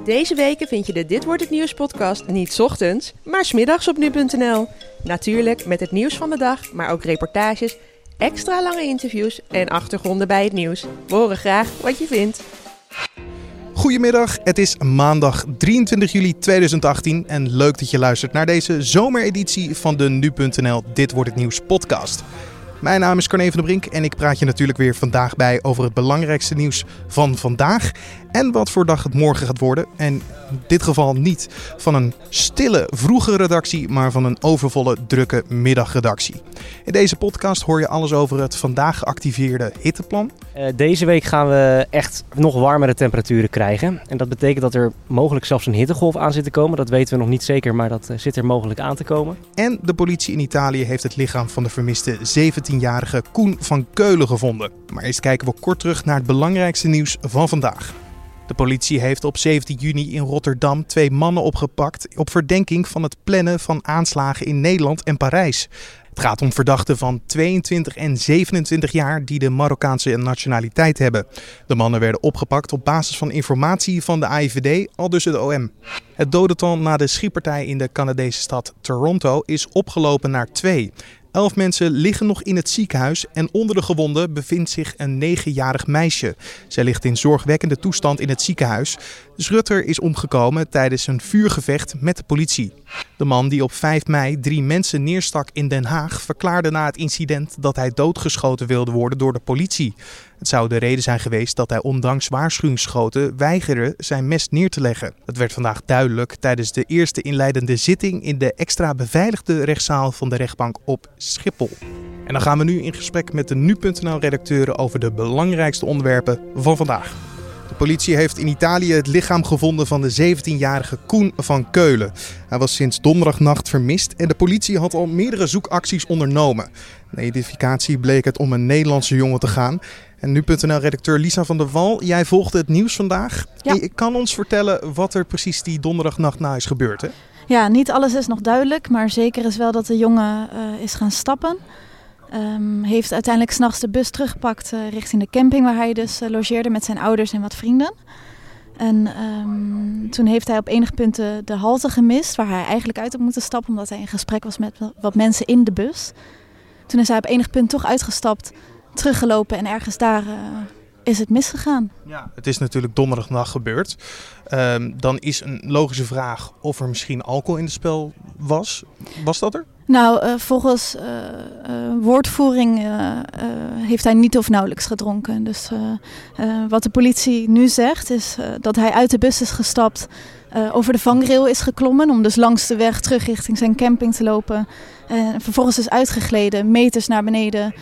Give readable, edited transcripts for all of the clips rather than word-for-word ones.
Deze weken vind je de Dit Wordt Het Nieuws podcast niet 's ochtends, maar 's middags op nu.nl. Natuurlijk met het nieuws van de dag, maar ook reportages, extra lange interviews en achtergronden bij het nieuws. We horen graag wat je vindt. Goedemiddag, het is maandag 23 juli 2018 en leuk dat je luistert naar deze zomereditie van de nu.nl Dit Wordt Het Nieuws podcast. Mijn naam is Carne van der Brink en ik praat je natuurlijk weer vandaag bij over het belangrijkste nieuws van vandaag en wat voor dag het morgen gaat worden. En in dit geval niet van een stille vroege redactie, maar van een overvolle drukke middagredactie. In deze podcast hoor je alles over het vandaag geactiveerde hitteplan. Deze week gaan we echt nog warmere temperaturen krijgen. En dat betekent dat er mogelijk zelfs een hittegolf aan zit te komen. Dat weten we nog niet zeker, maar dat zit er mogelijk aan te komen. En de politie in Italië heeft het lichaam van de vermiste 17-jarige Koen van Keulen gevonden. Maar eerst kijken we kort terug naar het belangrijkste nieuws van vandaag. De politie heeft op 17 juni in Rotterdam 2 mannen opgepakt op verdenking van het plannen van aanslagen in Nederland en Parijs. Het gaat om verdachten van 22 en 27 jaar die de Marokkaanse nationaliteit hebben. De mannen werden opgepakt op basis van informatie van de AIVD, aldus het OM. Het dodental na de schietpartij in de Canadese stad Toronto is opgelopen naar 2. 11 mensen liggen nog in het ziekenhuis en onder de gewonden bevindt zich een 9-jarig meisje. Zij ligt in zorgwekkende toestand in het ziekenhuis. De schutter is omgekomen tijdens een vuurgevecht met de politie. De man die op 5 mei 3 mensen neerstak in Den Haag verklaarde na het incident dat hij doodgeschoten wilde worden door de politie. Het zou de reden zijn geweest dat hij ondanks waarschuwingsschoten weigerde zijn mes neer te leggen. Dat werd vandaag duidelijk tijdens de eerste inleidende zitting in de extra beveiligde rechtszaal van de rechtbank op Schiphol. En dan gaan we nu in gesprek met de nu.nl-redacteuren over de belangrijkste onderwerpen van vandaag. De politie heeft in Italië het lichaam gevonden van de 17-jarige Koen van Keulen. Hij was sinds donderdagnacht vermist en de politie had al meerdere zoekacties ondernomen. Na identificatie bleek het om een Nederlandse jongen te gaan. En nu.nl-redacteur Lisa van der Wal, jij volgde het nieuws vandaag. Ja. Je kan ons vertellen wat er precies die donderdagnacht na is gebeurd, hè? Ja, niet alles is nog duidelijk, maar zeker is wel dat de jongen is gaan stappen. Heeft uiteindelijk 's nachts de bus teruggepakt richting de camping waar hij dus logeerde met zijn ouders en wat vrienden. En toen heeft hij op enige punten de halte gemist waar hij eigenlijk uit had moeten stappen omdat hij in gesprek was met wat mensen in de bus. Toen is hij op enig punt toch uitgestapt, teruggelopen en ergens daar is het misgegaan. Ja, het is natuurlijk donderdagnacht gebeurd. Dan is een logische vraag of er misschien alcohol in het spel was. Was dat er? Nou, volgens woordvoering heeft hij niet of nauwelijks gedronken. Dus wat de politie nu zegt is dat hij uit de bus is gestapt, over de vangrail is geklommen om dus langs de weg terug richting zijn camping te lopen. Vervolgens is uitgegleden, meters naar beneden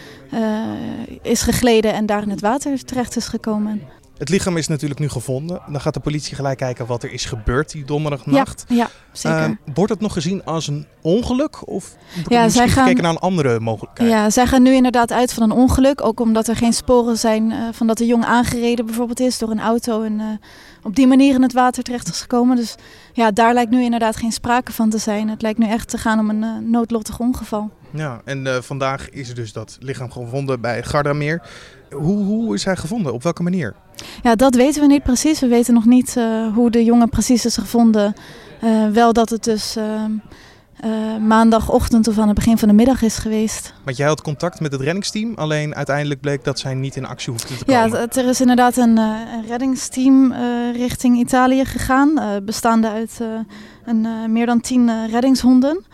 is gegleden en daar in het water terecht is gekomen. Het lichaam is natuurlijk nu gevonden. Dan gaat de politie gelijk kijken wat er is gebeurd die donderdagnacht. Ja, zeker. Wordt het nog gezien als een ongeluk? Of wordt er misschien gekeken naar een andere mogelijkheid? Ja, zij gaan nu inderdaad uit van een ongeluk. Ook omdat er geen sporen zijn van dat de jongen aangereden bijvoorbeeld is door een auto. En op die manier in het water terecht is gekomen. Dus ja, daar lijkt nu inderdaad geen sprake van te zijn. Het lijkt nu echt te gaan om een noodlottig ongeval. Ja, en vandaag is er dus dat lichaam gevonden bij Gardameer. Hoe is hij gevonden? Op welke manier? Ja, dat weten we niet precies. We weten nog niet hoe de jongen precies is gevonden. Wel dat het dus maandagochtend of aan het begin van de middag is geweest. Want jij had contact met het reddingsteam, alleen uiteindelijk bleek dat zij niet in actie hoefden te komen. Ja, er is inderdaad een reddingsteam richting Italië gegaan, bestaande uit meer dan 10 reddingshonden.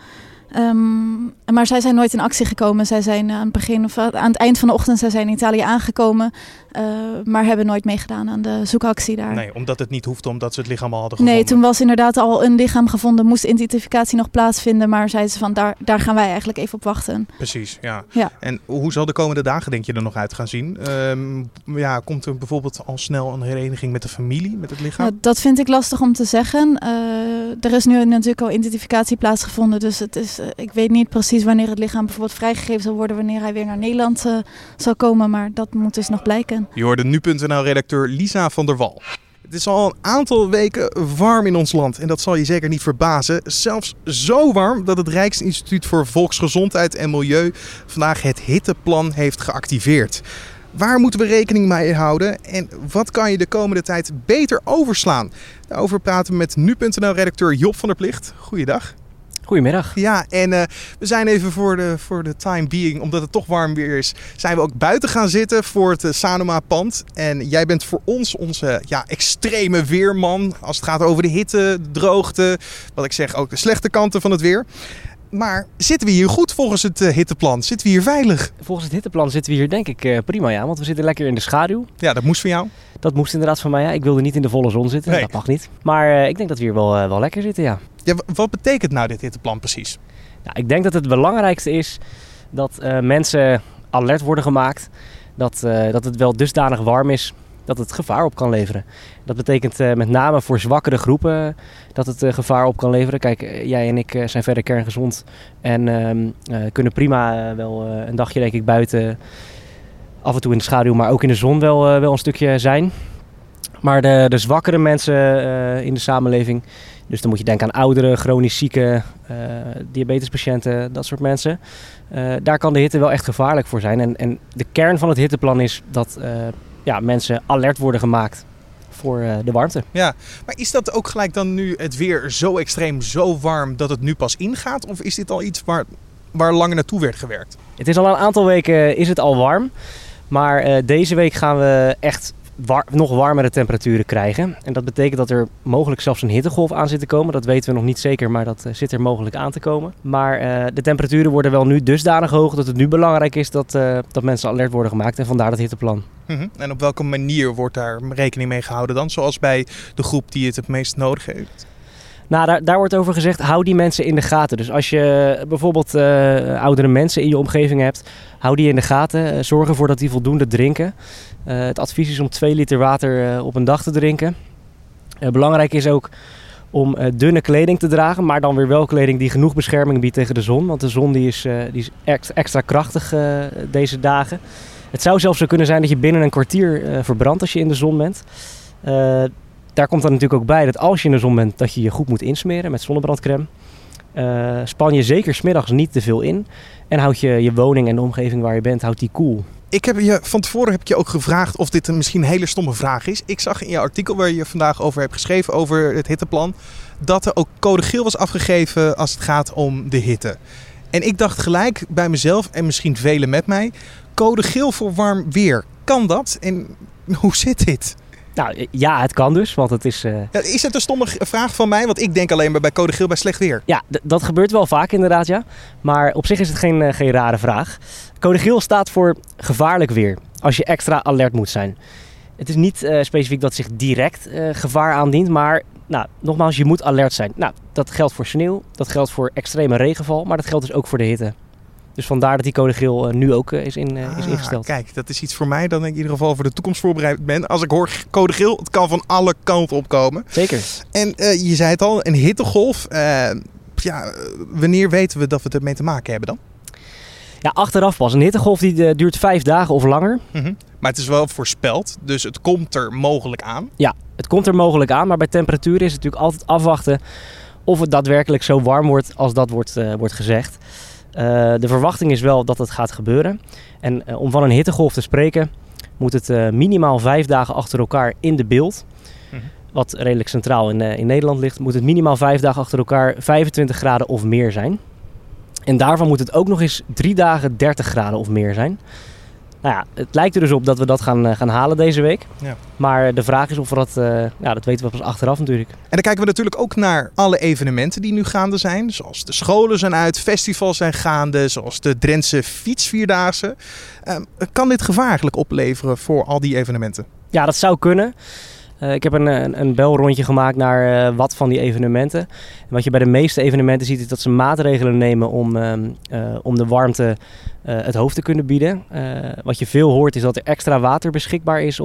Maar zij zijn nooit in actie gekomen. Zij zijn aan het eind van de ochtend zijn in Italië aangekomen. Maar hebben nooit meegedaan aan de zoekactie daar. Nee, omdat het niet hoefde, omdat ze het lichaam al hadden gevonden. Nee, toen was inderdaad al een lichaam gevonden. Moest identificatie nog plaatsvinden. Maar zeiden ze van daar gaan wij eigenlijk even op wachten. Precies, ja. En hoe zal de komende dagen denk je er nog uit gaan zien? Komt er bijvoorbeeld al snel een hereniging met de familie, met het lichaam? Dat vind ik lastig om te zeggen. Er is nu natuurlijk al identificatie plaatsgevonden. Dus ik weet niet precies wanneer het lichaam bijvoorbeeld vrijgegeven zal worden. Wanneer hij weer naar Nederland zal komen. Maar dat moet dus nog blijken. Je hoorde nu.nl-redacteur Lisa van der Wal. Het is al een aantal weken warm in ons land en dat zal je zeker niet verbazen. Zelfs zo warm dat het Rijksinstituut voor Volksgezondheid en Milieu vandaag het hitteplan heeft geactiveerd. Waar moeten we rekening mee houden en wat kan je de komende tijd beter overslaan? Daarover praten we met nu.nl-redacteur Job van der Plicht. Goeiedag. Goedemiddag. Ja, en we zijn even voor de time being, omdat het toch warm weer is, zijn we ook buiten gaan zitten voor het Sanoma-pand. En jij bent voor ons onze extreme weerman als het gaat over de hitte, de droogte, wat ik zeg ook de slechte kanten van het weer. Maar zitten we hier goed volgens het hitteplan? Zitten we hier veilig? Volgens het hitteplan zitten we hier denk ik prima, ja. Want we zitten lekker in de schaduw. Ja, dat moest van jou. Dat moest inderdaad van mij, ja. Ik wilde niet in de volle zon zitten. Nee. Dat mag niet. Maar ik denk dat we hier wel lekker zitten, ja. Ja, wat betekent nou dit hitteplan precies? Nou, ik denk dat het belangrijkste is dat mensen alert worden gemaakt. Dat het wel dusdanig warm is dat het gevaar op kan leveren. Dat betekent met name voor zwakkere groepen dat het gevaar op kan leveren. Kijk, jij en ik zijn verder kerngezond en kunnen prima wel een dagje denk ik buiten, af en toe in de schaduw, maar ook in de zon wel een stukje zijn. Maar de zwakkere mensen in de samenleving, dus dan moet je denken aan ouderen, chronisch zieken, diabetespatiënten, dat soort mensen. Daar kan de hitte wel echt gevaarlijk voor zijn. En de kern van het hitteplan is dat mensen alert worden gemaakt voor de warmte. Ja, maar is dat ook gelijk dan nu het weer zo extreem, zo warm dat het nu pas ingaat? Of is dit al iets waar langer naartoe werd gewerkt? Het is al een aantal weken is het al warm. Maar deze week gaan we echt nog warmere temperaturen krijgen. En dat betekent dat er mogelijk zelfs een hittegolf aan zit te komen. Dat weten we nog niet zeker, maar dat zit er mogelijk aan te komen. Maar de temperaturen worden wel nu dusdanig hoog dat het nu belangrijk is dat mensen alert worden gemaakt. En vandaar dat hitteplan. Mm-hmm. En op welke manier wordt daar rekening mee gehouden dan? Zoals bij de groep die het meest nodig heeft? Nou, daar wordt over gezegd, hou die mensen in de gaten. Dus als je bijvoorbeeld oudere mensen in je omgeving hebt, hou die in de gaten. Zorg ervoor dat die voldoende drinken. Het advies is om 2 liter water op een dag te drinken. Belangrijk is ook om dunne kleding te dragen, maar dan weer wel kleding die genoeg bescherming biedt tegen de zon. Want de zon die is extra krachtig deze dagen. Het zou zelfs zo kunnen zijn dat je binnen een kwartier verbrandt als je in de zon bent. Daar komt dan natuurlijk ook bij dat als je in de zon bent, dat je je goed moet insmeren met zonnebrandcrème. Span je zeker 's middags niet te veel in. En houd je woning en de omgeving waar je bent, houd die koel. Van tevoren heb ik je ook gevraagd of dit misschien een hele stomme vraag is. Ik zag in je artikel waar je vandaag over hebt geschreven, over het hitteplan, dat er ook code geel was afgegeven als het gaat om de hitte. En ik dacht gelijk bij mezelf, en misschien velen met mij, code geel voor warm weer. Kan dat? En hoe zit dit? Nou ja, het kan dus, want het is... Is het een stomme vraag van mij? Want ik denk alleen maar bij code geel bij slecht weer. Ja, dat gebeurt wel vaak inderdaad, ja. Maar op zich is het geen rare vraag. Code geel staat voor gevaarlijk weer, als je extra alert moet zijn. Het is niet specifiek dat zich direct gevaar aandient, maar nogmaals, je moet alert zijn. Nou, dat geldt voor sneeuw, dat geldt voor extreme regenval, maar dat geldt dus ook voor de hitte. Dus vandaar dat die code geel nu ook is ingesteld. Kijk, dat is iets voor mij dan ik in ieder geval voor de toekomst voorbereid ben. Als ik hoor code geel, het kan van alle kanten opkomen. Zeker. En je zei het al, een hittegolf. Wanneer weten we dat we het ermee te maken hebben dan? Ja, achteraf pas. Een hittegolf die duurt 5 dagen of langer. Mm-hmm. Maar het is wel voorspeld, dus het komt er mogelijk aan. Ja, het komt er mogelijk aan, maar bij temperatuur is het natuurlijk altijd afwachten of het daadwerkelijk zo warm wordt als dat wordt gezegd. De verwachting is wel dat het gaat gebeuren. En om van een hittegolf te spreken, moet het minimaal 5 dagen achter elkaar in de beeld, wat redelijk centraal in Nederland ligt, moet het minimaal 5 dagen achter elkaar 25 graden of meer zijn. En daarvan moet het ook nog eens 3 dagen 30 graden of meer zijn. Nou ja, het lijkt er dus op dat we dat gaan halen deze week. Ja. Maar de vraag is of we dat weten we pas achteraf natuurlijk. En dan kijken we natuurlijk ook naar alle evenementen die nu gaande zijn. Zoals de scholen zijn uit, festivals zijn gaande, zoals de Drentse fietsvierdaagse. Kan dit gevaar eigenlijk opleveren voor al die evenementen? Ja, dat zou kunnen. Ik heb een belrondje gemaakt naar wat van die evenementen. En wat je bij de meeste evenementen ziet is dat ze maatregelen nemen om de warmte het hoofd te kunnen bieden. Wat je veel hoort is dat er extra water beschikbaar is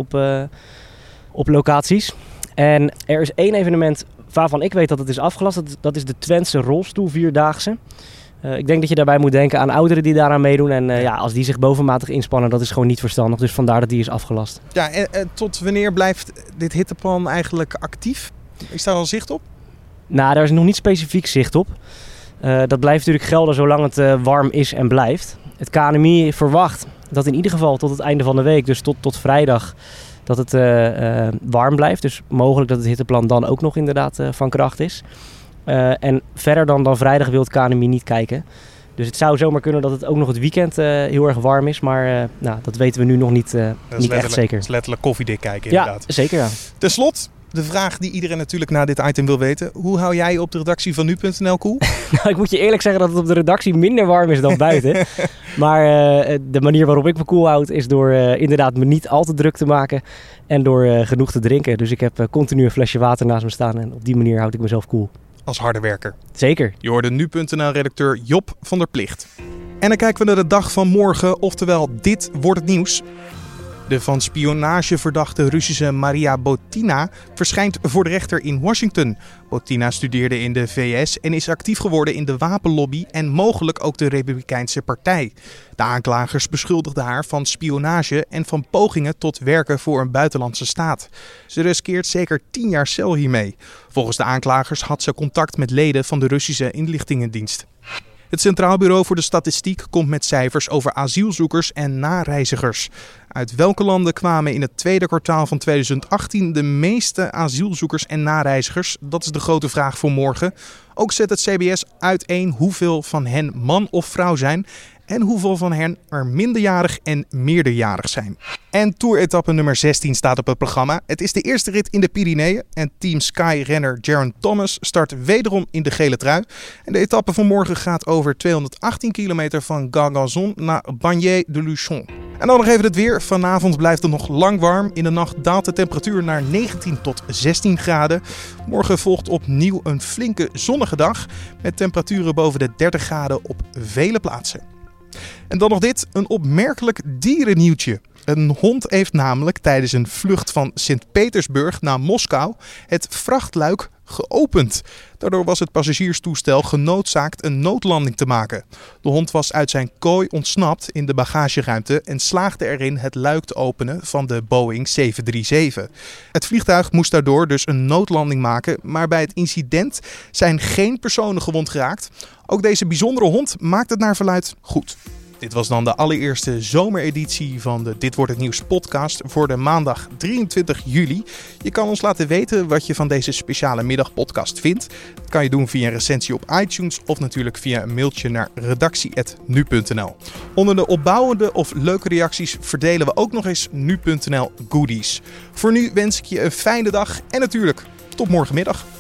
op locaties. En er is 1 evenement waarvan ik weet dat het is afgelast. Dat is de Twentse rolstoelvierdaagse. Ik denk dat je daarbij moet denken aan ouderen die daaraan meedoen. En als die zich bovenmatig inspannen, dat is gewoon niet verstandig. Dus vandaar dat die is afgelast. Ja, en tot wanneer blijft dit hitteplan eigenlijk actief? Is daar al zicht op? Nou, daar is nog niet specifiek zicht op. Dat blijft natuurlijk gelden zolang het warm is en blijft. Het KNMI verwacht dat in ieder geval tot het einde van de week, dus tot vrijdag, dat het warm blijft. Dus mogelijk dat het hitteplan dan ook nog inderdaad van kracht is. En verder dan vrijdag wil het KNMI niet kijken. Dus het zou zomaar kunnen dat het ook nog het weekend heel erg warm is. Maar dat weten we nu nog niet echt zeker. Dat is letterlijk koffiedik kijken inderdaad. Ja, zeker ja. Ten slot, de vraag die iedereen natuurlijk na dit item wil weten. Hoe hou jij op de redactie van nu.nl cool? Nou, ik moet je eerlijk zeggen dat het op de redactie minder warm is dan buiten. Maar de manier waarop ik me cool houd is door inderdaad me niet al te druk te maken. En door genoeg te drinken. Dus ik heb continu een flesje water naast me staan. En op die manier houd ik mezelf cool. Als harde werker. Zeker. Je hoorde nu.nl-redacteur Job van der Plicht. En dan kijken we naar de dag van morgen, oftewel dit wordt het nieuws. De van spionage verdachte Russische Maria Butina verschijnt voor de rechter in Washington. Butina studeerde in de VS en is actief geworden in de wapenlobby en mogelijk ook de Republikeinse Partij. De aanklagers beschuldigden haar van spionage en van pogingen tot werken voor een buitenlandse staat. Ze riskeert zeker 10 jaar cel hiermee. Volgens de aanklagers had ze contact met leden van de Russische inlichtingendienst. Het Centraal Bureau voor de Statistiek komt met cijfers over asielzoekers en nareizigers. Uit welke landen kwamen in het tweede kwartaal van 2018 de meeste asielzoekers en nareizigers? Dat is de grote vraag voor morgen. Ook zet het CBS uiteen hoeveel van hen man of vrouw zijn en hoeveel van hen er minderjarig en meerderjarig zijn. En toeretappe nummer 16 staat op het programma. Het is de eerste rit in de Pyreneeën en Team Sky-renner Geraint Thomas start wederom in de gele trui. En de etappe van morgen gaat over 218 kilometer van Garganzon naar Bagnères-de-Luchon. En dan nog even het weer. Vanavond blijft het nog lang warm. In de nacht daalt de temperatuur naar 19 tot 16 graden. Morgen volgt opnieuw een flinke zonnige dag met temperaturen boven de 30 graden op vele plaatsen. En dan nog dit, een opmerkelijk dierennieuwtje. Een hond heeft namelijk tijdens een vlucht van Sint-Petersburg naar Moskou het vrachtluik geopend. Daardoor was het passagierstoestel genoodzaakt een noodlanding te maken. De hond was uit zijn kooi ontsnapt in de bagageruimte en slaagde erin het luik te openen van de Boeing 737. Het vliegtuig moest daardoor dus een noodlanding maken, maar bij het incident zijn geen personen gewond geraakt. Ook deze bijzondere hond maakt het naar verluidt goed. Dit was dan de allereerste zomereditie van de Dit Wordt Het Nieuws podcast voor de maandag 23 juli. Je kan ons laten weten wat je van deze speciale middagpodcast vindt. Dat kan je doen via een recensie op iTunes of natuurlijk via een mailtje naar redactie@nu.nl. Onder de opbouwende of leuke reacties verdelen we ook nog eens nu.nl goodies. Voor nu wens ik je een fijne dag en natuurlijk tot morgenmiddag.